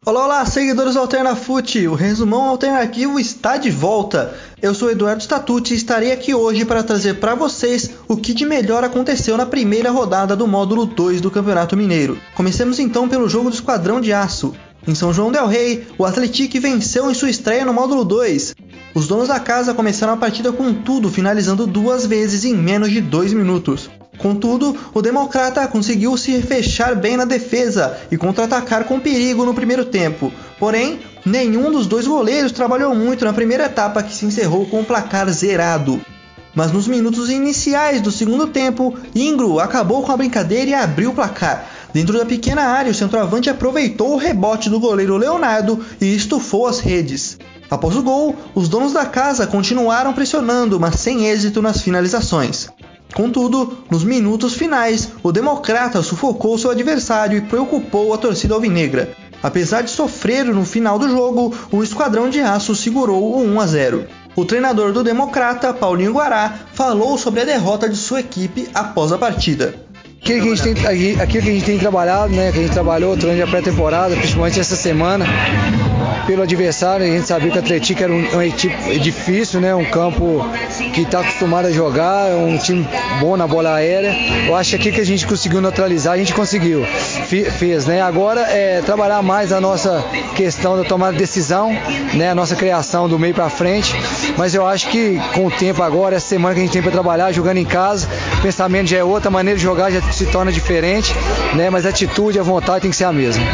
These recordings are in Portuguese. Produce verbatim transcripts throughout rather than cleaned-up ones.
Olá, olá, seguidores do AlternaFoot, o resumão alternativo está de volta. Eu sou Eduardo Statucci e estarei aqui hoje para trazer para vocês o que de melhor aconteceu na primeira rodada do módulo dois do Campeonato Mineiro. Comecemos então pelo jogo do Esquadrão de Aço. Em São João del Rei, o Atlético venceu em sua estreia no módulo dois. Os donos da casa começaram a partida com tudo, finalizando duas vezes em menos de dois minutos. Contudo, o Democrata conseguiu se fechar bem na defesa e contra-atacar com perigo no primeiro tempo. Porém, nenhum dos dois goleiros trabalhou muito na primeira etapa, que se encerrou com o placar zerado. Mas nos minutos iniciais do segundo tempo, Ingro acabou com a brincadeira e abriu o placar. Dentro da pequena área, o centroavante aproveitou o rebote do goleiro Leonardo e estufou as redes. Após o gol, os donos da casa continuaram pressionando, mas sem êxito nas finalizações. Contudo, nos minutos finais, o Democrata sufocou seu adversário e preocupou a torcida alvinegra. Apesar de sofrer no final do jogo, o Esquadrão de Aço segurou o um a zero. O treinador do Democrata, Paulinho Guará, falou sobre a derrota de sua equipe após a partida. Aquilo que a gente tem, aquilo que a gente tem trabalhado, né, que a gente trabalhou durante a pré-temporada, principalmente essa semana, pelo adversário. A gente sabia que o Atlético era um, uma equipe difícil, né, um campo que está acostumado a jogar, um time bom na bola aérea. Eu acho que aquilo que a gente conseguiu neutralizar, a gente conseguiu, fez, né. Agora é trabalhar mais a nossa questão da tomada de decisão, né, a nossa criação do meio para frente. Mas eu acho que com o tempo agora, essa semana que a gente tem para trabalhar, jogando em casa, o pensamento já é outra, a maneira de jogar já se torna diferente, né, mas a atitude e a vontade tem que ser a mesma.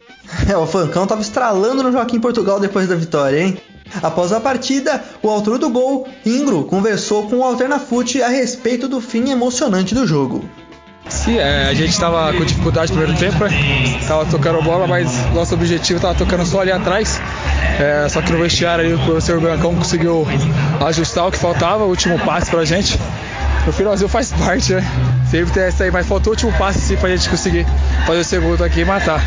É, o Fancão estava estralando no Joaquim Portugal depois da vitória, hein? Após a partida, o autor do gol, Ingro, conversou com o AlternaFoot a respeito do fim emocionante do jogo. Sim, é, a gente estava com dificuldade no primeiro tempo, estava né? tocando bola, mas nosso objetivo estava tocando só ali atrás. É, só que no vestiário ali, o professor Brancão conseguiu ajustar o que faltava, o último passe pra gente. No finalzinho faz parte, né? Sempre tem essa aí, mas faltou o último passe sim, pra gente conseguir fazer o segundo aqui e matar.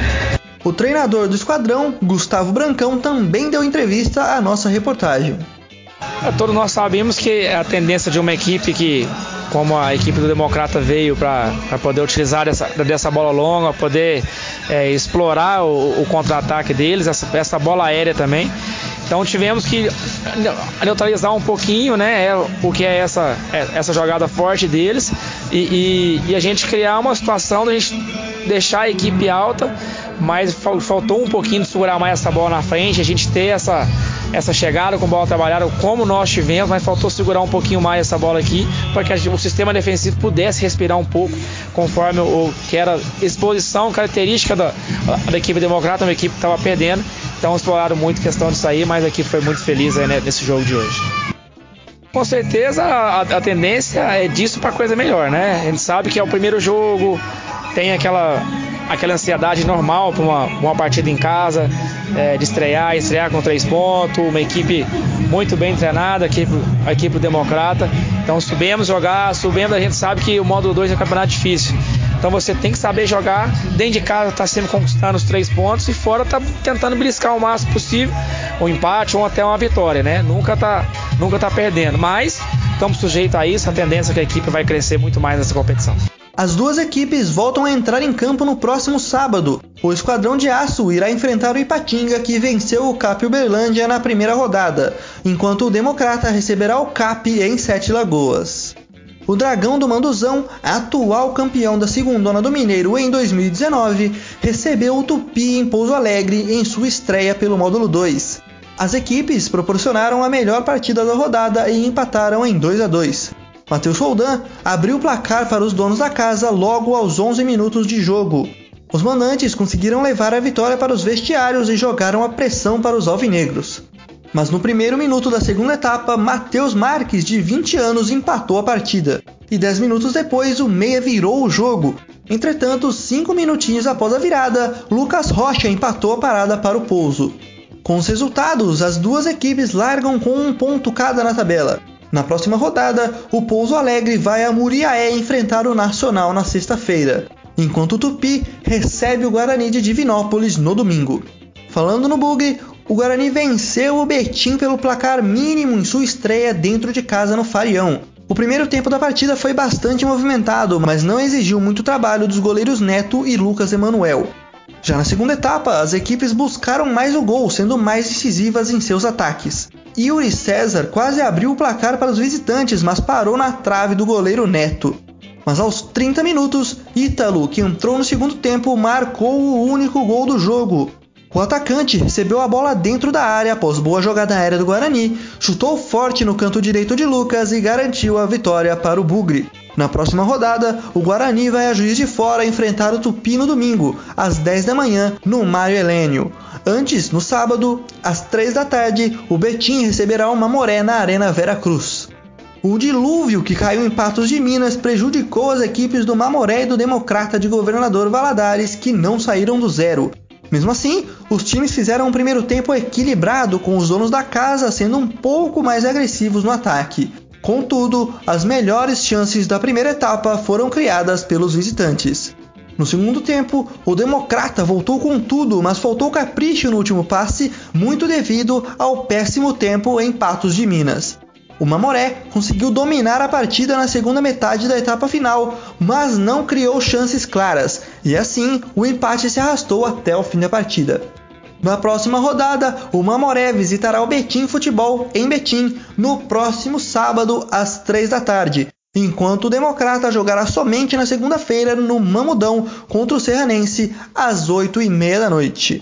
O treinador do esquadrão, Gustavo Brancão, também deu entrevista à nossa reportagem. É, todos nós sabemos que a tendência de uma equipe que, como a equipe do Democrata veio para poder utilizar dessa, dessa bola longa, poder é, explorar o, o contra-ataque deles, essa, essa bola aérea também. Então tivemos que neutralizar um pouquinho, né, o que é essa, essa jogada forte deles e, e, e a gente criar uma situação de a gente deixar a equipe alta, mas faltou um pouquinho de segurar mais essa bola na frente, a gente ter essa, essa chegada com bola trabalhada como nós tivemos, mas faltou segurar um pouquinho mais essa bola aqui para que o sistema defensivo pudesse respirar um pouco conforme o que era exposição característica da, da equipe Democrata, uma equipe que estava perdendo. Então exploraram muito a questão disso aí, mas a equipe foi muito feliz aí, né, nesse jogo de hoje. Com certeza a, a tendência é disso para coisa melhor, né? A gente sabe que é o primeiro jogo, tem aquela, aquela ansiedade normal para uma, uma partida em casa, é, de estrear, estrear com três pontos, uma equipe muito bem treinada, a equipe, a equipe do Democrata. Então subimos jogar, subimos, a gente sabe que o módulo dois é um campeonato difícil. Então você tem que saber jogar, dentro de casa está sempre conquistando os três pontos e fora está tentando beliscar o máximo possível, um empate ou até uma vitória, né? Nunca está nunca tá perdendo, mas estamos sujeitos a isso, a tendência é que a equipe vai crescer muito mais nessa competição. As duas equipes voltam a entrar em campo no próximo sábado. O Esquadrão de Aço irá enfrentar o Ipatinga, que venceu o C A P Uberlândia na primeira rodada, enquanto o Democrata receberá o C A P em Sete Lagoas. O Dragão do Manduzão, atual campeão da Segundona do Mineiro em dois mil e dezenove, recebeu o Tupi em Pouso Alegre em sua estreia pelo módulo dois. As equipes proporcionaram a melhor partida da rodada e empataram em dois a dois. Matheus Roldan abriu o placar para os donos da casa logo aos onze minutos de jogo. Os mandantes conseguiram levar a vitória para os vestiários e jogaram a pressão para os alvinegros. Mas no primeiro minuto da segunda etapa, Matheus Marques, de vinte anos, empatou a partida. E dez minutos depois, o meia virou o jogo. Entretanto, cinco minutinhos após a virada, Lucas Rocha empatou a parada para o Pouso. Com os resultados, as duas equipes largam com um ponto cada na tabela. Na próxima rodada, o Pouso Alegre vai a Muriaé enfrentar o Nacional na sexta-feira, enquanto o Tupi recebe o Guarani de Divinópolis no domingo. Falando no Bugre, o Guarani venceu o Betim pelo placar mínimo em sua estreia dentro de casa no Farião. O primeiro tempo da partida foi bastante movimentado, mas não exigiu muito trabalho dos goleiros Neto e Lucas Emanuel. Já na segunda etapa, as equipes buscaram mais o gol, sendo mais decisivas em seus ataques. Yuri César quase abriu o placar para os visitantes, mas parou na trave do goleiro Neto. Mas aos trinta minutos, Ítalo, que entrou no segundo tempo, marcou o único gol do jogo. O atacante recebeu a bola dentro da área após boa jogada aérea do Guarani, chutou forte no canto direito de Lucas e garantiu a vitória para o Bugre. Na próxima rodada, o Guarani vai a Juiz de Fora enfrentar o Tupi no domingo, às dez da manhã, no Mário Helênio. Antes, no sábado, às três da tarde, o Betim receberá o Mamoré na Arena Vera Cruz. O dilúvio que caiu em Patos de Minas prejudicou as equipes do Mamoré e do Democrata de Governador Valadares, que não saíram do zero. Mesmo assim, os times fizeram um primeiro tempo equilibrado, com os donos da casa sendo um pouco mais agressivos no ataque. Contudo, as melhores chances da primeira etapa foram criadas pelos visitantes. No segundo tempo, o Democrata voltou com tudo, mas faltou capricho no último passe, muito devido ao péssimo tempo em Patos de Minas. O Mamoré conseguiu dominar a partida na segunda metade da etapa final, mas não criou chances claras, e assim o empate se arrastou até o fim da partida. Na próxima rodada, o Mamoré visitará o Betim Futebol em Betim no próximo sábado às três da tarde, enquanto o Democrata jogará somente na segunda-feira no Mamudão contra o Serranense às oito e meia da noite.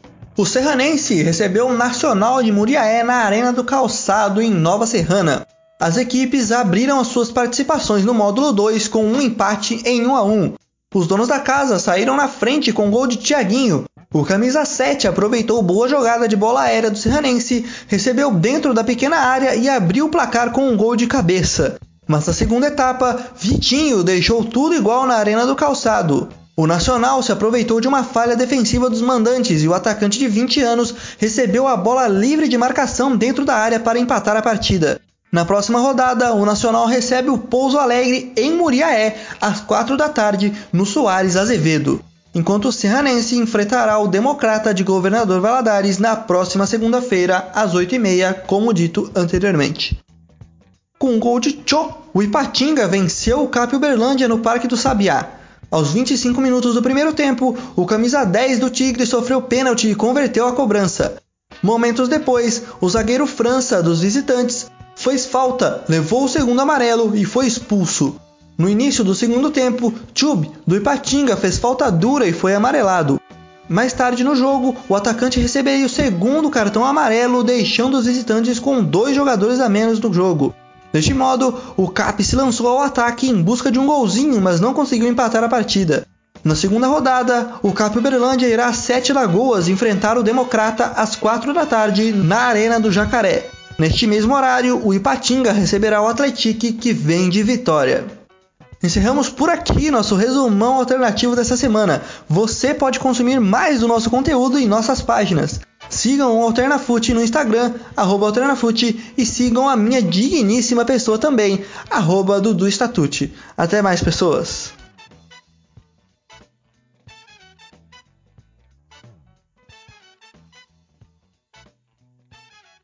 O Serranense recebeu o Nacional de Muriaé na Arena do Calçado em Nova Serrana. As equipes abriram as suas participações no módulo dois com um empate em um a um. Os donos da casa saíram na frente com gol de Thiaguinho. O camisa sete aproveitou boa jogada de bola aérea do Serranense, recebeu dentro da pequena área e abriu o placar com um gol de cabeça. Mas na segunda etapa, Vitinho deixou tudo igual na Arena do Calçado. O Nacional se aproveitou de uma falha defensiva dos mandantes e o atacante de vinte anos recebeu a bola livre de marcação dentro da área para empatar a partida. Na próxima rodada, o Nacional recebe o Pouso Alegre em Muriaé às quatro da tarde no Soares Azevedo, enquanto o Serranense enfrentará o Democrata de Governador Valadares na próxima segunda-feira às oito e meia, como dito anteriormente. Com um gol de Tchô, o Ipatinga venceu o Cap Uberlândia no Parque do Sabiá. Aos vinte e cinco minutos do primeiro tempo, o camisa dez do Tigre sofreu pênalti e converteu a cobrança. Momentos depois, o zagueiro França dos visitantes fez falta, levou o segundo amarelo e foi expulso. No início do segundo tempo, Tchub do Ipatinga fez falta dura e foi amarelado. Mais tarde no jogo, o atacante receberia o segundo cartão amarelo, deixando os visitantes com dois jogadores a menos no jogo. Deste modo, o Cap se lançou ao ataque em busca de um golzinho, mas não conseguiu empatar a partida. Na segunda rodada, o Cap Uberlândia irá a Sete Lagoas enfrentar o Democrata às quatro da tarde na Arena do Jacaré. Neste mesmo horário, o Ipatinga receberá o Atlético, que vem de Vitória. Encerramos por aqui nosso resumão alternativo dessa semana. Você pode consumir mais do nosso conteúdo em nossas páginas. Sigam o Alternafute no Instagram, arroba Alternafute, e sigam a minha digníssima pessoa também, arroba Dudu Statute. Até mais, pessoas!